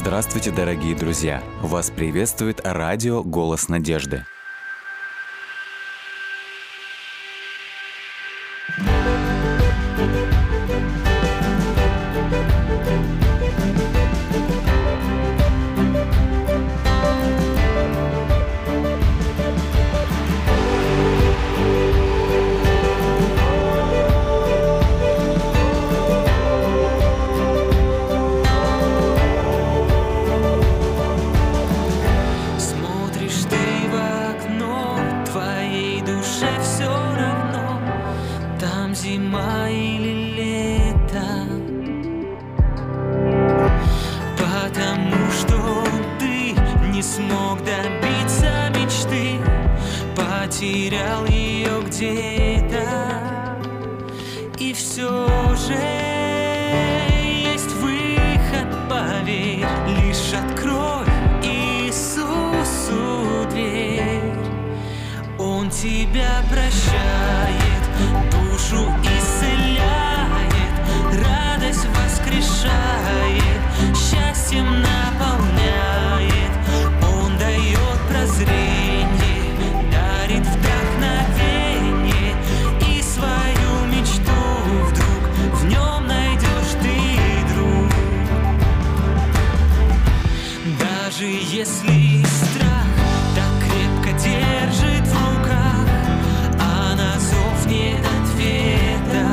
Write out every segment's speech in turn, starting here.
Здравствуйте, дорогие друзья! Вас приветствует радио «Голос надежды». Зима или лето, потому что ты не смог добиться мечты, потерял ее где-то. И все же есть выход, поверь, лишь открой Иисусу дверь. Он тебя прощает, душу исцеляет, радость воскрешает, счастьем наполняет. Он дает прозрение, дарит вдохновение, и свою мечту вдруг в нем найдешь ты, друг. Даже если страх так крепко держит в руках, а на зов нет ответа,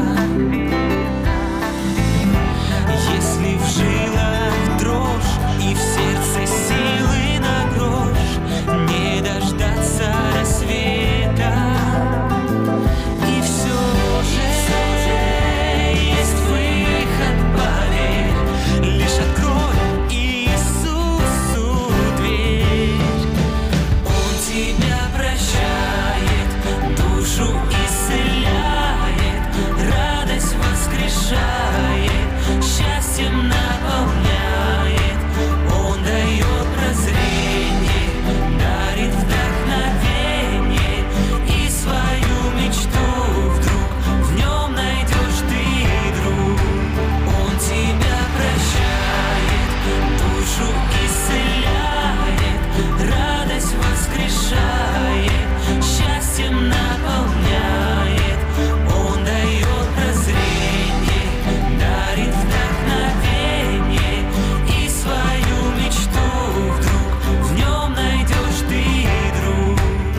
если в жилах дрожь и в сердце силы на грош, не дождаться рассвета. И все же есть выход, поверь, лишь открой Иисусу дверь. Он тебя прощает, душу исцеляет, радость воскрешает, счастьем наполняет. Он дает прозрение, дарит вдохновение, и свою мечту вдруг в нем найдешь ты, друг. Он тебя прощает, душу исцеляет, радость воскрешает, счастьем наполняет. Он дает прозрение, дарит вдохновение, и свою мечту вдруг в нем найдешь ты, друг.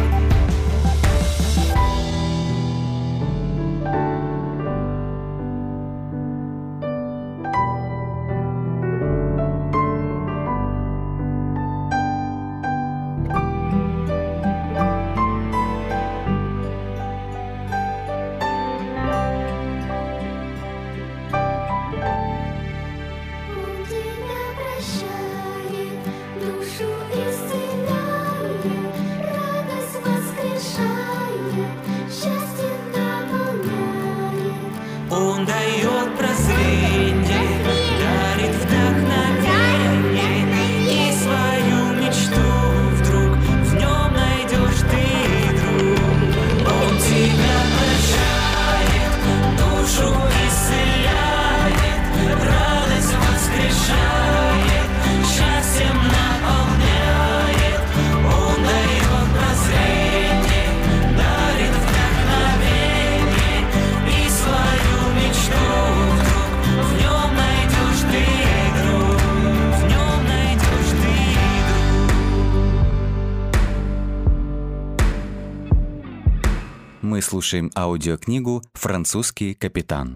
Он тебя прощает, душу исцеляет, радость воскрешает, счастьем наполняет. Он дает прозрение, дарит вдохновение, и свою мечту вдруг в нем найдешь ты, друг. Он тебя прощает, душу исцеляет, радость воскрешает, счастьем наполняет. Он дает прозрение, дарит вдохновение, и свою мечту вдруг в нем найдешь ты, друг. В нем найдешь ты, друг. Мы слушаем аудиокнигу «Французский капитан».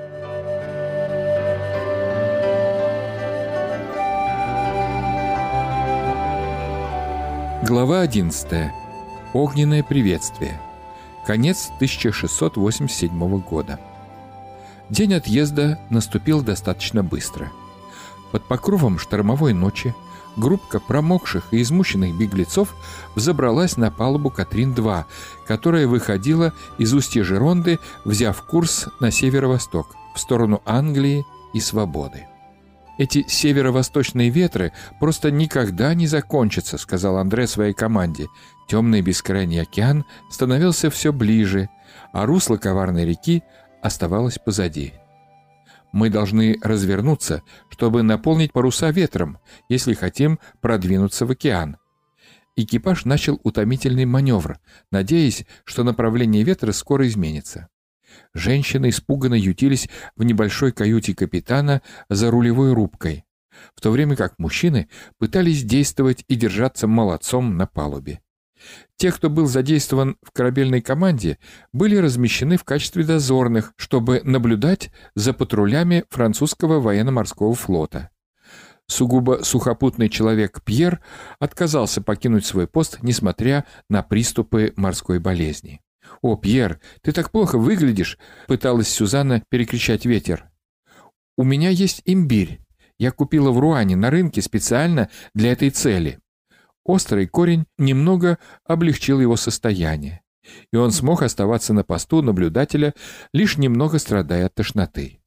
Глава 11. Огненное приветствие. Конец 1687 года. День отъезда наступил достаточно быстро. Под покровом штормовой ночи группка промокших и измученных беглецов взобралась на палубу Катрин-2, которая выходила из устья Жеронды, взяв курс на северо-восток, в сторону Англии и свободы. «Эти северо-восточные ветры просто никогда не закончатся», — сказал Андре своей команде. Темный бескрайний океан становился все ближе, а русло коварной реки оставалось позади. Мы должны развернуться, чтобы наполнить паруса ветром, если хотим продвинуться в океан. Экипаж начал утомительный маневр, надеясь, что направление ветра скоро изменится. Женщины испуганно ютились в небольшой каюте капитана за рулевой рубкой, в то время как мужчины пытались действовать и держаться молодцом на палубе. Те, кто был задействован в корабельной команде, были размещены в качестве дозорных, чтобы наблюдать за патрулями французского военно-морского флота. Сугубо сухопутный человек Пьер отказался покинуть свой пост, несмотря на приступы морской болезни. «О, Пьер, ты так плохо выглядишь!» — пыталась Сюзанна перекричать ветер. «У меня есть имбирь. Я купила в Руане на рынке специально для этой цели». Острый корень немного облегчил его состояние, и он смог оставаться на посту наблюдателя, лишь немного страдая от тошноты.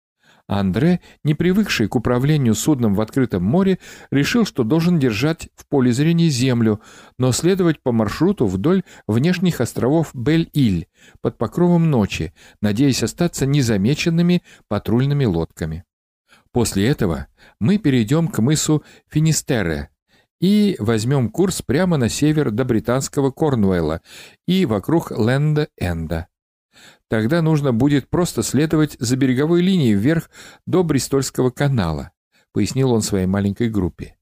Андре, не привыкший к управлению судном в открытом море, решил, что должен держать в поле зрения землю, но следовать по маршруту вдоль внешних островов Бель-Иль под покровом ночи, надеясь остаться незамеченными патрульными лодками. После этого мы перейдем к мысу Финистерре и возьмем курс прямо на север до британского Корнуэлла и вокруг Ленда-Энда. Тогда нужно будет просто следовать за береговой линией вверх до Бристольского канала, пояснил он своей маленькой группе.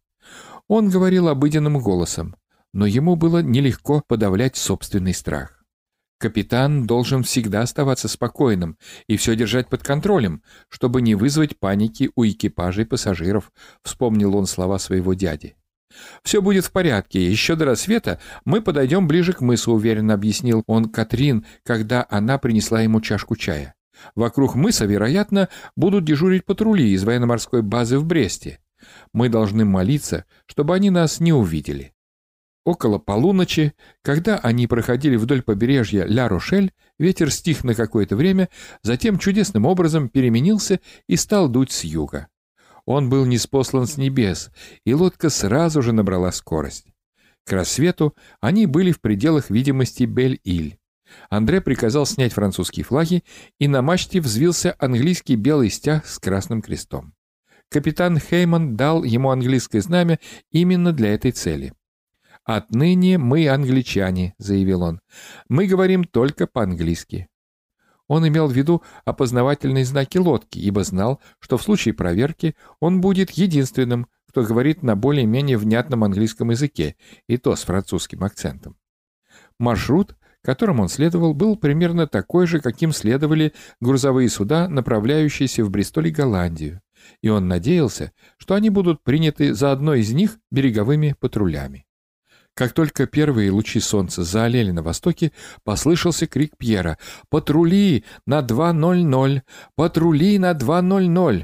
Он говорил обыденным голосом, но ему было нелегко подавлять собственный страх. Капитан должен всегда оставаться спокойным и все держать под контролем, чтобы не вызвать паники у экипажа и пассажиров, вспомнил он слова своего дяди. «Все будет в порядке, еще до рассвета мы подойдем ближе к мысу», — уверенно объяснил он Катрин, когда она принесла ему чашку чая. «Вокруг мыса, вероятно, будут дежурить патрули из военно-морской базы в Бресте. Мы должны молиться, чтобы они нас не увидели». Около полуночи, когда они проходили вдоль побережья Ля-Рошель, ветер стих на какое-то время, затем чудесным образом переменился и стал дуть с юга. Он был ниспослан с небес, и лодка сразу же набрала скорость. К рассвету они были в пределах видимости Бель-Иль. Андре приказал снять французские флаги, и на мачте взвился английский белый стяг с красным крестом. Капитан Хейман дал ему английское знамя именно для этой цели. «Отныне мы англичане», — заявил он. «Мы говорим только по-английски». Он имел в виду опознавательные знаки лодки, ибо знал, что в случае проверки он будет единственным, кто говорит на более-менее внятном английском языке, и то с французским акцентом. Маршрут, которым он следовал, был примерно такой же, каким следовали грузовые суда, направляющиеся в Бристоль и Голландию, и он надеялся, что они будут приняты за одной из них береговыми патрулями. Как только первые лучи солнца заолели на востоке, послышался крик Пьера: «Патрули на 2:00! Патрули на 2:00!»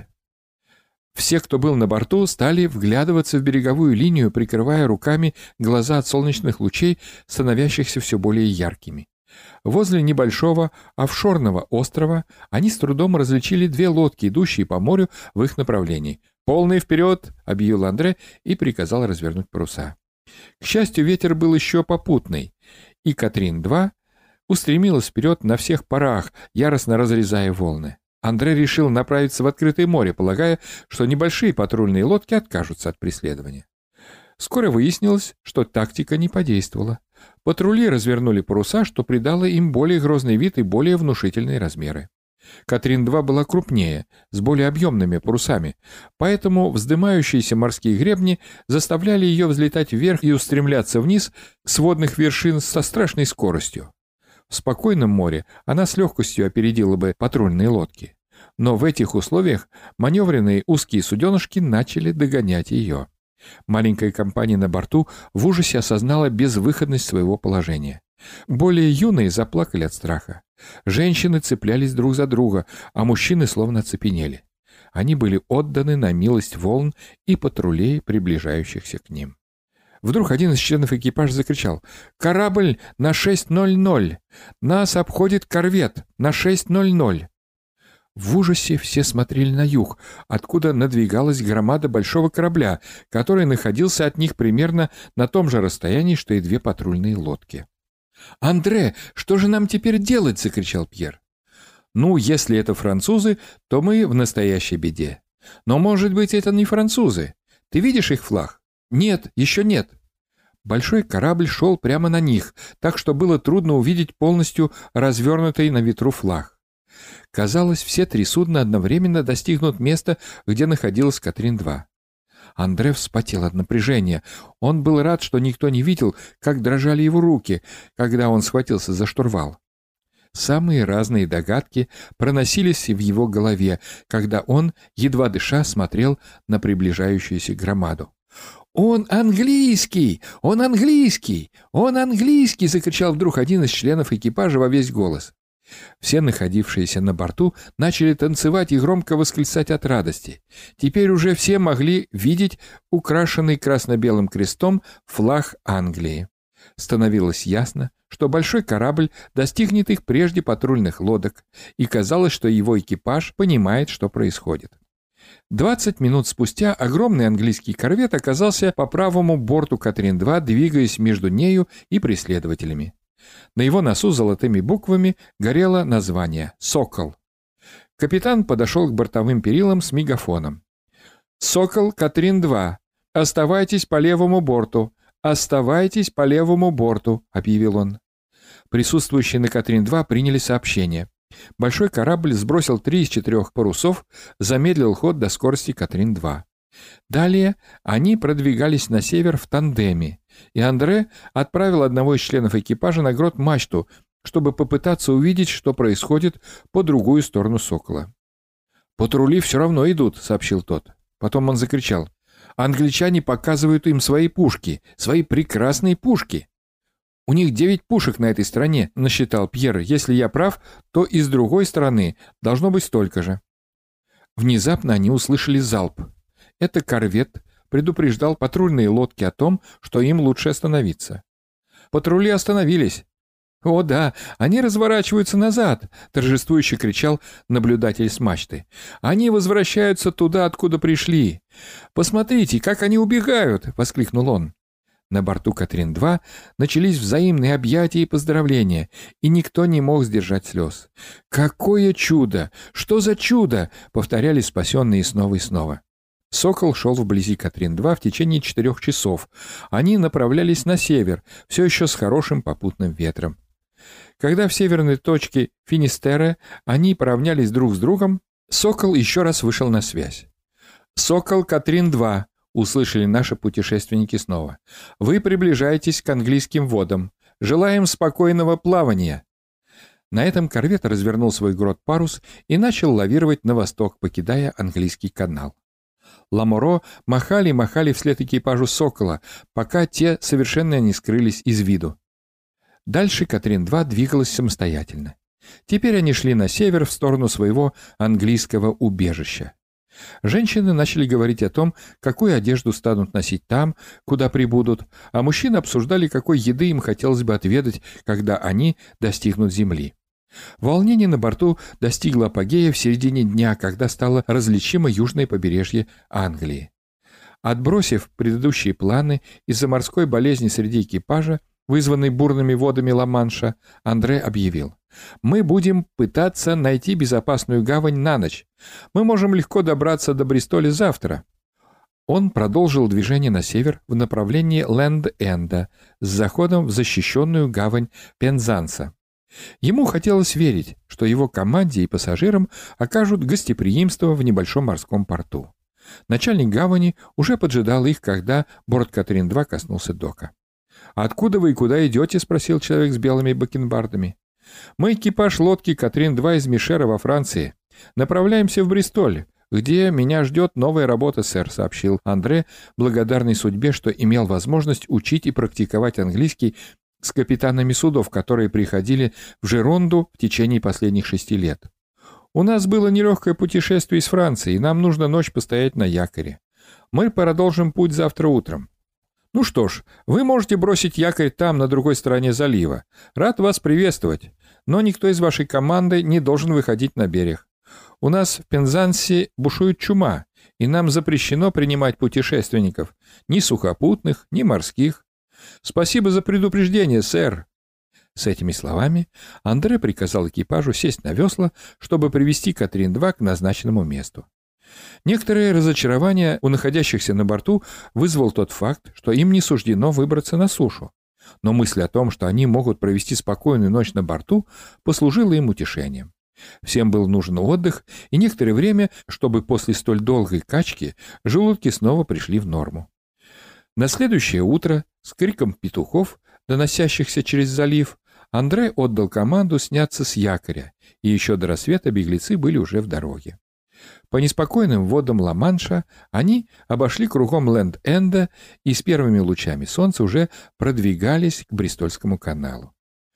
Все, кто был на борту, стали вглядываться в береговую линию, прикрывая руками глаза от солнечных лучей, становящихся все более яркими. Возле небольшого офшорного острова они с трудом различили две лодки, идущие по морю в их направлении. «Полный вперед!» — объявил Андре и приказал развернуть паруса. К счастью, ветер был еще попутный, и Катрин-2 устремилась вперед на всех парах, яростно разрезая волны. Андре решил направиться в открытое море, полагая, что небольшие патрульные лодки откажутся от преследования. Скоро выяснилось, что тактика не подействовала. Патрули развернули паруса, что придало им более грозный вид и более внушительные размеры. Катрин-2 была крупнее, с более объемными парусами, поэтому вздымающиеся морские гребни заставляли ее взлетать вверх и устремляться вниз с водных вершин со страшной скоростью. В спокойном море она с легкостью опередила бы патрульные лодки, но в этих условиях маневренные узкие суденышки начали догонять ее. Маленькая компания на борту в ужасе осознала безвыходность своего положения. Более юные заплакали от страха. Женщины цеплялись друг за друга, а мужчины словно оцепенели. Они были отданы на милость волн и патрулей, приближающихся к ним. Вдруг один из членов экипажа закричал: «Корабль на 6:00! Нас обходит корвет на 6:00!» В ужасе все смотрели на юг, откуда надвигалась громада большого корабля, который находился от них примерно на том же расстоянии, что и две патрульные лодки. «Андре, что же нам теперь делать?» — закричал Пьер. Ну, если это французы, то мы в настоящей беде. Но, может быть, это не французы. Ты видишь их флаг? Нет, еще нет. Большой корабль шел прямо на них, так что было трудно увидеть полностью развернутый на ветру флаг. Казалось, все три судна одновременно достигнут места, где находилась Катрин-2. Андре вспотел от напряжения. Он был рад, что никто не видел, как дрожали его руки, когда он схватился за штурвал. Самые разные догадки проносились в его голове, когда он, едва дыша, смотрел на приближающуюся громаду. «Он английский! Он английский! Он английский!» — закричал вдруг один из членов экипажа во весь голос. Все находившиеся на борту начали танцевать и громко восклицать от радости. Теперь уже все могли видеть украшенный красно-белым крестом флаг Англии. Становилось ясно, что большой корабль достигнет их прежде патрульных лодок, и казалось, что его экипаж понимает, что происходит. 20 минут спустя огромный английский корвет оказался по правому борту Катрин-2, двигаясь между нею и преследователями. На его носу золотыми буквами горело название «Сокол». Капитан подошел к бортовым перилам с мегафоном. «Сокол, Катрин-2, оставайтесь по левому борту, оставайтесь по левому борту», — объявил он. Присутствующие на Катрин-2 приняли сообщение. Большой корабль сбросил 3 из 4 парусов, замедлил ход до скорости Катрин-2. Далее они продвигались на север в тандеме, и Андре отправил одного из членов экипажа на грот-мачту, чтобы попытаться увидеть, что происходит по другую сторону «Сокола». «Патрули все равно идут», — сообщил тот. Потом он закричал: «Англичане показывают им свои пушки, свои прекрасные пушки!» «У них 9 пушек на этой стороне», — насчитал Пьер. «Если я прав, то и с другой стороны должно быть столько же». Внезапно они услышали залп. Это корвет предупреждал патрульные лодки о том, что им лучше остановиться. Патрули остановились. «О да, они разворачиваются назад!» — торжествующе кричал наблюдатель с мачты. «Они возвращаются туда, откуда пришли! Посмотрите, как они убегают!» — воскликнул он. На борту Катрин-2 начались взаимные объятия и поздравления, и никто не мог сдержать слез. «Какое чудо! Что за чудо!» — повторяли спасенные снова и снова. «Сокол» шел вблизи Катрин-2 в течение 4 часов. Они направлялись на север, все еще с хорошим попутным ветром. Когда в северной точке Финистерре они поравнялись друг с другом, «Сокол» еще раз вышел на связь. «Сокол, Катрин-2», — услышали наши путешественники снова. «Вы приближаетесь к английским водам. Желаем спокойного плавания». На этом корвет развернул свой грот-парус и начал лавировать на восток, покидая английский канал. Ламоро махали вслед экипажу «Сокола», пока те совершенно не скрылись из виду. Дальше Катрин-2 двигалась самостоятельно. Теперь они шли на север в сторону своего английского убежища. Женщины начали говорить о том, какую одежду станут носить там, куда прибудут, а мужчины обсуждали, какой еды им хотелось бы отведать, когда они достигнут земли. Волнение на борту достигло апогея в середине дня, когда стало различимо южное побережье Англии. Отбросив предыдущие планы из-за морской болезни среди экипажа, вызванной бурными водами Ла-Манша, Андре объявил: «Мы будем пытаться найти безопасную гавань на ночь. Мы можем легко добраться до Бристоля завтра». Он продолжил движение на север в направлении Ленд-Энда с заходом в защищенную гавань Пензанса. Ему хотелось верить, что его команде и пассажирам окажут гостеприимство в небольшом морском порту. Начальник гавани уже поджидал их, когда борт Катрин-2 коснулся дока. «Откуда вы и куда идете?» — спросил человек с белыми бакенбардами. «Мы экипаж лодки Катрин-2 из Мишера во Франции. Направляемся в Бристоль, где меня ждет новая работа, сэр», — сообщил Андре, благодарный судьбе, что имел возможность учить и практиковать английский с капитанами судов, которые приходили в Жеронду в течение последних 6 лет. «У нас было нелегкое путешествие из Франции, и нам нужно ночь постоять на якоре. Мы продолжим путь завтра утром». «Ну что ж, вы можете бросить якорь там, на другой стороне залива. Рад вас приветствовать, но никто из вашей команды не должен выходить на берег. У нас в Пензансе бушует чума, и нам запрещено принимать путешественников, ни сухопутных, ни морских». «Спасибо за предупреждение, сэр». С этими словами Андре приказал экипажу сесть на весла, чтобы привести Катрин-2 к назначенному месту. Некоторое разочарование у находящихся на борту вызвал тот факт, что им не суждено выбраться на сушу. Но мысль о том, что они могут провести спокойную ночь на борту, послужила им утешением. Всем был нужен отдых и некоторое время, чтобы после столь долгой качки желудки снова пришли в норму. На следующее утро с криком петухов, доносящихся через залив, Андре отдал команду сняться с якоря, и еще до рассвета беглецы были уже в дороге. По неспокойным водам Ла-Манша они обошли кругом Ленд-Энда и с первыми лучами солнца уже продвигались к Бристольскому каналу.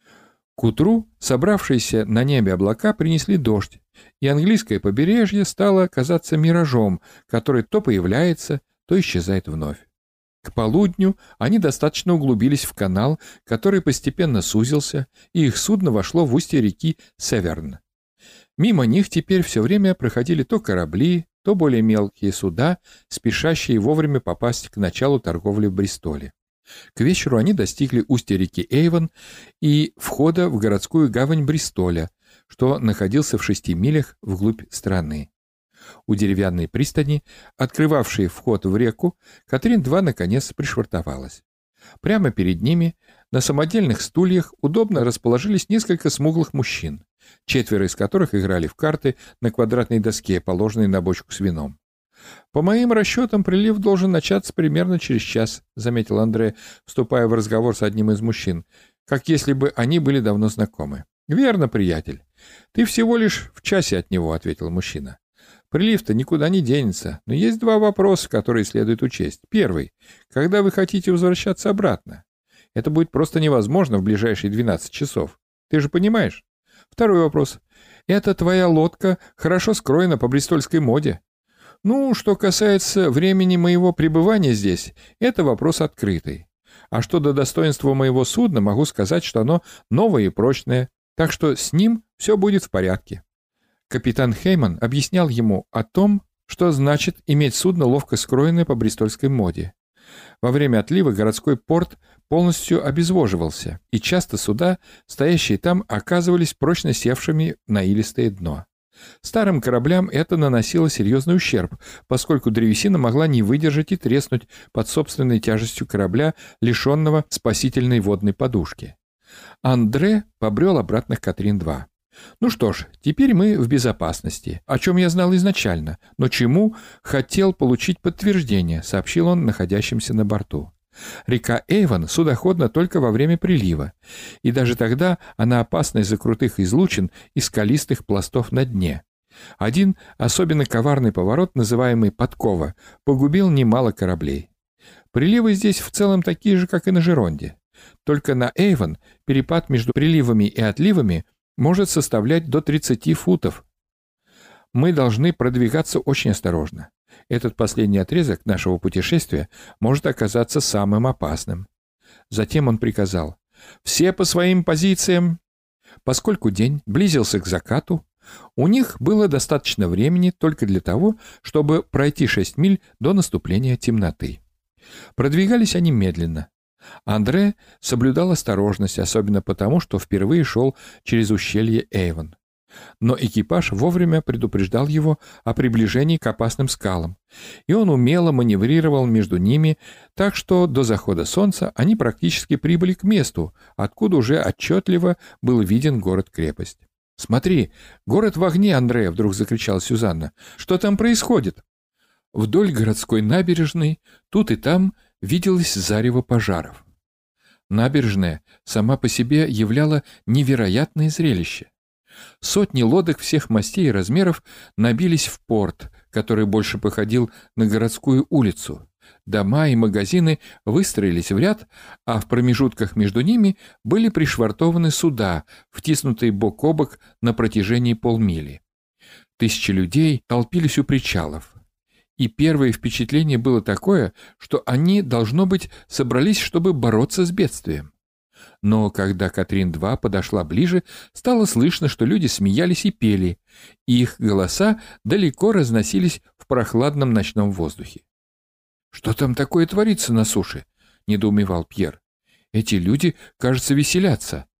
К утру собравшиеся на небе облака принесли дождь, и английское побережье стало казаться миражом, который то появляется, то исчезает вновь. К полудню они достаточно углубились в канал, который постепенно сузился, и их судно вошло в устье реки Северн. Мимо них теперь все время проходили то корабли, то более мелкие суда, спешащие вовремя попасть к началу торговли в Бристоле. К вечеру они достигли устья реки Эйвон и входа в городскую гавань Бристоля, что находился в 6 милях вглубь страны. У деревянной пристани, открывавшей вход в реку, Катрин-2 наконец пришвартовалась. Прямо перед ними, на самодельных стульях, удобно расположились несколько смуглых мужчин, 4 из которых играли в карты на квадратной доске, положенной на бочку с вином. «По моим расчетам, прилив должен начаться примерно через час», — заметил Андре, вступая в разговор с одним из мужчин, как если бы они были давно знакомы. «Верно, приятель. Ты всего лишь в часе от него», — ответил мужчина. «Прилив-то никуда не денется, но есть 2 вопроса, которые следует учесть. Первый. Когда вы хотите возвращаться обратно? Это будет просто невозможно в ближайшие 12 часов. Ты же понимаешь? Второй вопрос. Эта твоя лодка хорошо скроена по бристольской моде. Ну, что касается времени моего пребывания здесь, это вопрос открытый. А что до достоинства моего судна, могу сказать, что оно новое и прочное, так что с ним все будет в порядке». Капитан Хейман объяснял ему о том, что значит иметь судно, ловко скроенное по бристольской моде. Во время отлива городской порт полностью обезвоживался, и часто суда, стоящие там, оказывались прочно севшими на илистое дно. Старым кораблям это наносило серьезный ущерб, поскольку древесина могла не выдержать и треснуть под собственной тяжестью корабля, лишенного спасительной водной подушки. Андре побрел обратно к Катрин-2. «Ну что ж, теперь мы в безопасности, о чем я знал изначально, но чему хотел получить подтверждение», — сообщил он находящимся на борту. «Река Эйвон судоходна только во время прилива, и даже тогда она опасна из-за крутых излучин и скалистых пластов на дне. Один особенно коварный поворот, называемый Подкова, погубил немало кораблей. Приливы здесь в целом такие же, как и на Жеронде. Только на Эйвон перепад между приливами и отливами может составлять до 30 футов. Мы должны продвигаться очень осторожно. Этот последний отрезок нашего путешествия может оказаться самым опасным». Затем он приказал: «Все по своим позициям». Поскольку день близился к закату, у них было достаточно времени только для того, чтобы пройти 6 миль до наступления темноты. Продвигались они медленно. Андре соблюдал осторожность, особенно потому, что впервые шел через ущелье Эйвон. Но экипаж вовремя предупреждал его о приближении к опасным скалам, и он умело маневрировал между ними, так что до захода солнца они практически прибыли к месту, откуда уже отчетливо был виден город-крепость. «Смотри, город в огне, Андре!» — вдруг закричала Сюзанна. «Что там происходит?» Вдоль городской набережной тут и там виделось зарево пожаров. Набережная сама по себе являла невероятное зрелище. Сотни лодок всех мастей и размеров набились в порт, который больше походил на городскую улицу. Дома и магазины выстроились в ряд, а в промежутках между ними были пришвартованы суда, втиснутые бок о бок на протяжении полмили. Тысячи людей толпились у причалов. И первое впечатление было такое, что они, должно быть, собрались, чтобы бороться с бедствием. Но когда Катрин-2 подошла ближе, стало слышно, что люди смеялись и пели, и их голоса далеко разносились в прохладном ночном воздухе. «Что там такое творится на суше?» — недоумевал Пьер. «Эти люди, кажется, веселятся».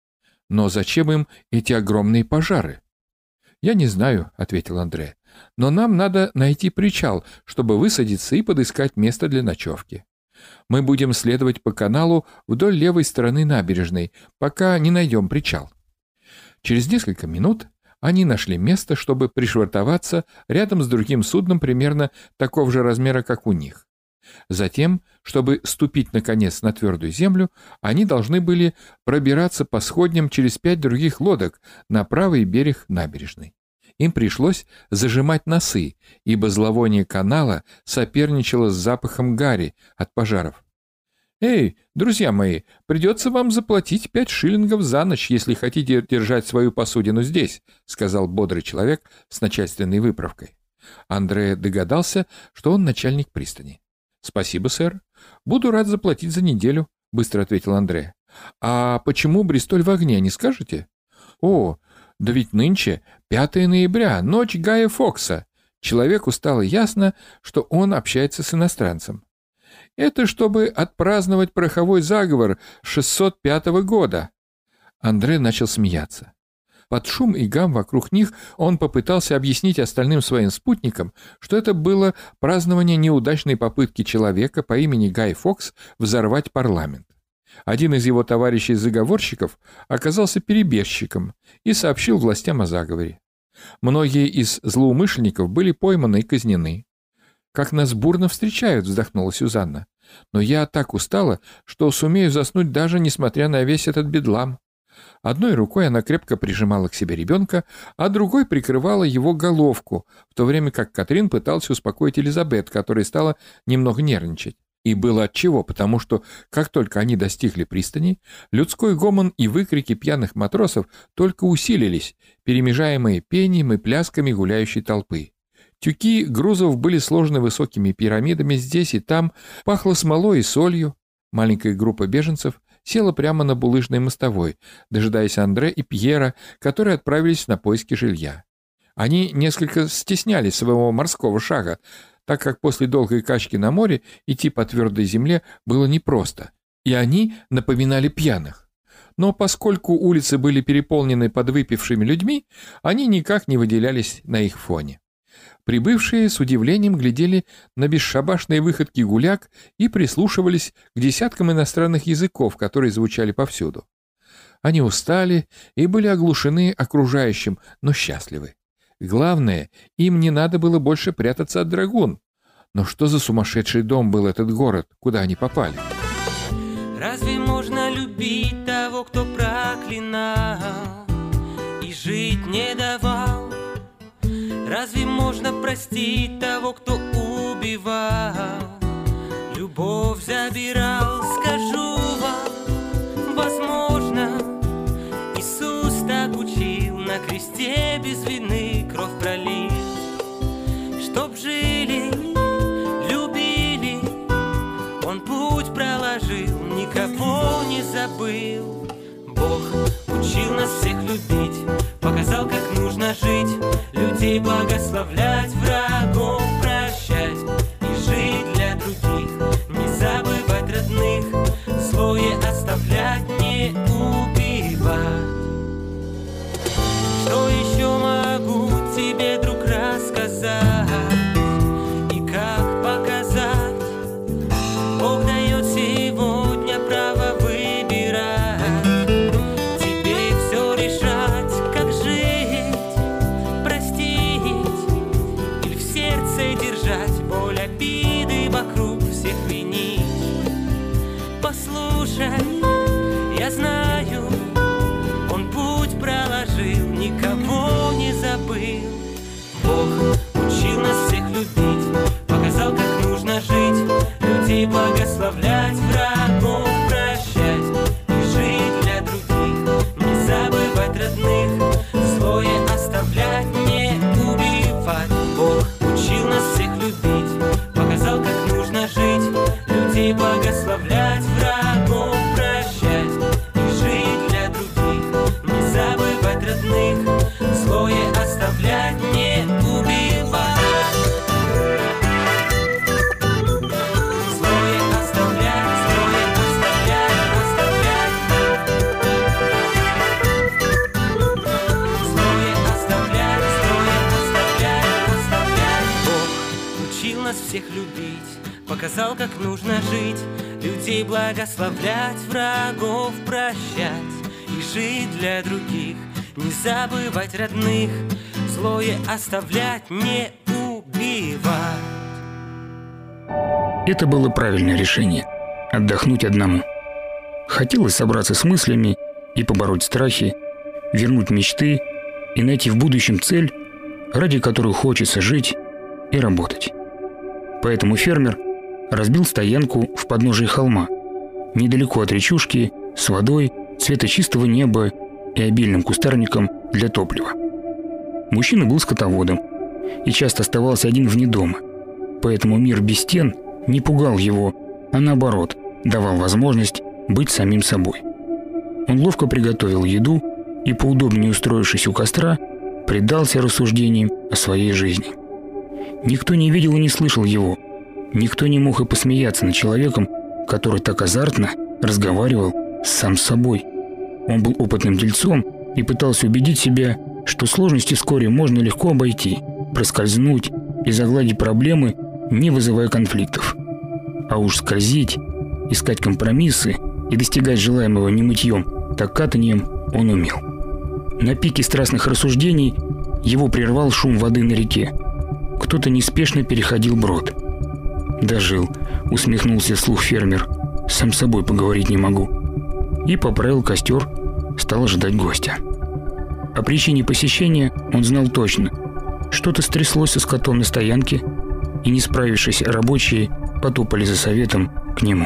Но зачем им эти огромные пожары? «Я не знаю», — ответил Андре. «Но нам надо найти причал, чтобы высадиться и подыскать место для ночевки. Мы будем следовать по каналу вдоль левой стороны набережной, пока не найдем причал». Через несколько минут они нашли место, чтобы пришвартоваться рядом с другим судном примерно такого же размера, как у них. Затем, чтобы ступить, наконец, на твердую землю, они должны были пробираться по сходням через 5 других лодок на правый берег набережной. Им пришлось зажимать носы, ибо зловоние канала соперничало с запахом гари от пожаров. «Эй, друзья мои, придется вам заплатить 5 шиллингов за ночь, если хотите держать свою посудину здесь», сказал бодрый человек с начальственной выправкой. Андре догадался, что он начальник пристани. «Спасибо, сэр. Буду рад заплатить за неделю», — быстро ответил Андре. «А почему Бристоль в огне, не скажете?» «О, да ведь нынче 5 ноября, ночь Гая Фокса. Человеку стало ясно, что он общается с иностранцем. Это чтобы отпраздновать пороховой заговор 605 года». Андре начал смеяться. Под шум и гам вокруг них он попытался объяснить остальным своим спутникам, что это было празднование неудачной попытки человека по имени Гай Фокс взорвать парламент. Один из его товарищей-заговорщиков оказался перебежчиком и сообщил властям о заговоре. Многие из злоумышленников были пойманы и казнены. «Как нас бурно встречают», — вздохнула Сюзанна. «Но я так устала, что сумею заснуть даже несмотря на весь этот бедлам». Одной рукой она крепко прижимала к себе ребенка, а другой прикрывала его головку, в то время как Катрин пыталась успокоить Элизабет, которая стала немного нервничать. И было отчего, потому что, как только они достигли пристани, людской гомон и выкрики пьяных матросов только усилились, перемежаемые пением и плясками гуляющей толпы. Тюки грузов были сложены высокими пирамидами здесь и там, пахло смолой и солью. Маленькая группа беженцев села прямо на булыжной мостовой, дожидаясь Андре и Пьера, которые отправились на поиски жилья. Они несколько стеснялись своего морского шага, так как после долгой качки на море идти по твердой земле было непросто, и они напоминали пьяных. Но поскольку улицы были переполнены подвыпившими людьми, они никак не выделялись на их фоне. Прибывшие с удивлением глядели на бесшабашные выходки гуляк и прислушивались к десяткам иностранных языков, которые звучали повсюду. Они устали и были оглушены окружающим, но счастливы. Главное, им не надо было больше прятаться от драгун. Но что за сумасшедший дом был этот город, куда они попали? Разве можно любить того, кто проклинал и жить не давал? Разве можно простить того, кто убивал, любовь забирал? Скажу вам, возможно, Иисус так учил, на кресте без вины кровь пролил, чтоб жили, любили, Он путь проложил, никого не забыл. Бог учил нас всех любить, показал, как нужно жить, людей благословлять, врагов прощать и жить для других, не забывать родных, злое оставлять, не убивать. Что еще могу тебе, друг, рассказать и как показать? Бог дает сегодня право выбирать, тебе все решать, как жить, простить или в сердце держать, боль обиды вокруг всех винить. Послушай, я знаю, Он путь проложил, никого не забыл. Бог учил нас всех любить, показал, как нужно жить, людей благословлять, врагов прощать и жить для других, не забывать родных, злое оставлять, не убивать. Бог учил нас всех любить, показал, как нужно жить, людей благословлять, врагов прощать и всех любить, показал, как нужно жить, людей благословлять, врагов прощать и жить для других, не забывать родных, злое оставлять, не убивать. Это было правильное решение – отдохнуть одному. Хотелось собраться с мыслями и побороть страхи, вернуть мечты и найти в будущем цель, ради которой хочется жить и работать. Поэтому фермер разбил стоянку в подножии холма, недалеко от речушки, с водой, цвета чистого неба и обильным кустарником для топлива. Мужчина был скотоводом и часто оставался один вне дома, поэтому мир без стен не пугал его, а наоборот, давал возможность быть самим собой. Он ловко приготовил еду и, поудобнее устроившись у костра, предался рассуждениям о своей жизни. Никто не видел и не слышал его, никто не мог и посмеяться над человеком, который так азартно разговаривал сам с собой. Он был опытным дельцом и пытался убедить себя, что сложности вскоре можно легко обойти, проскользнуть и загладить проблемы, не вызывая конфликтов. А уж скользить, искать компромиссы и достигать желаемого не мытьем, так катанием он умел. На пике страстных рассуждений его прервал шум воды на реке. Кто-то неспешно переходил брод. «Дожил», — усмехнулся вслух фермер. «Сам с собой поговорить не могу». И поправил костер, стал ожидать гостя. О причине посещения он знал точно. Что-то стряслось со скотом на стоянке, и, не справившись, рабочие потопали за советом к нему.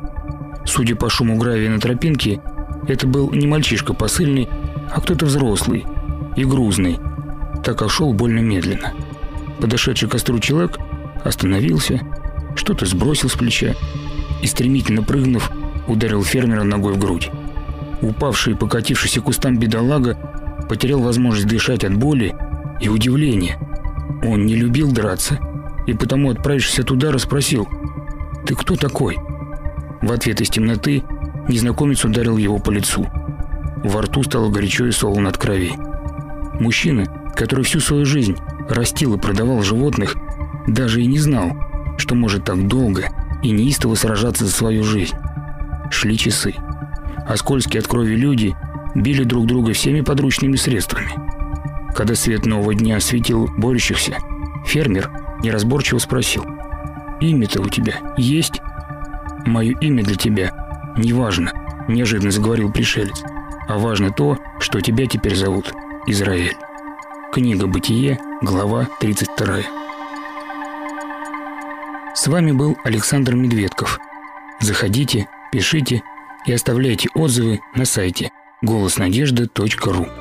Судя по шуму гравия на тропинке, это был не мальчишка посыльный, а кто-то взрослый и грузный, так как шел больно медленно. Подошедший к костру человек остановился, что-то сбросил с плеча и, стремительно прыгнув, ударил фермера ногой в грудь. Упавший и покатившийся кустам бедолага потерял возможность дышать от боли и удивления. Он не любил драться и потому, отправившись от удара, спросил: «Ты кто такой?» В ответ из темноты незнакомец ударил его по лицу. Во рту стало горячо и солоно от крови. Мужчина, который всю свою жизнь растил и продавал животных, даже и не знал, что может так долго и неистово сражаться за свою жизнь. Шли часы, а скользкие от крови люди били друг друга всеми подручными средствами. Когда свет нового дня осветил борющихся, фермер неразборчиво спросил: «Имя-то у тебя есть?» «Мое имя для тебя не важно», – неожиданно заговорил пришелец. «А важно то, что тебя теперь зовут Израиль». Книга «Бытие», глава 32. С вами был Александр Медведков. Заходите, пишите и оставляйте отзывы на сайте голоснадежды.ру.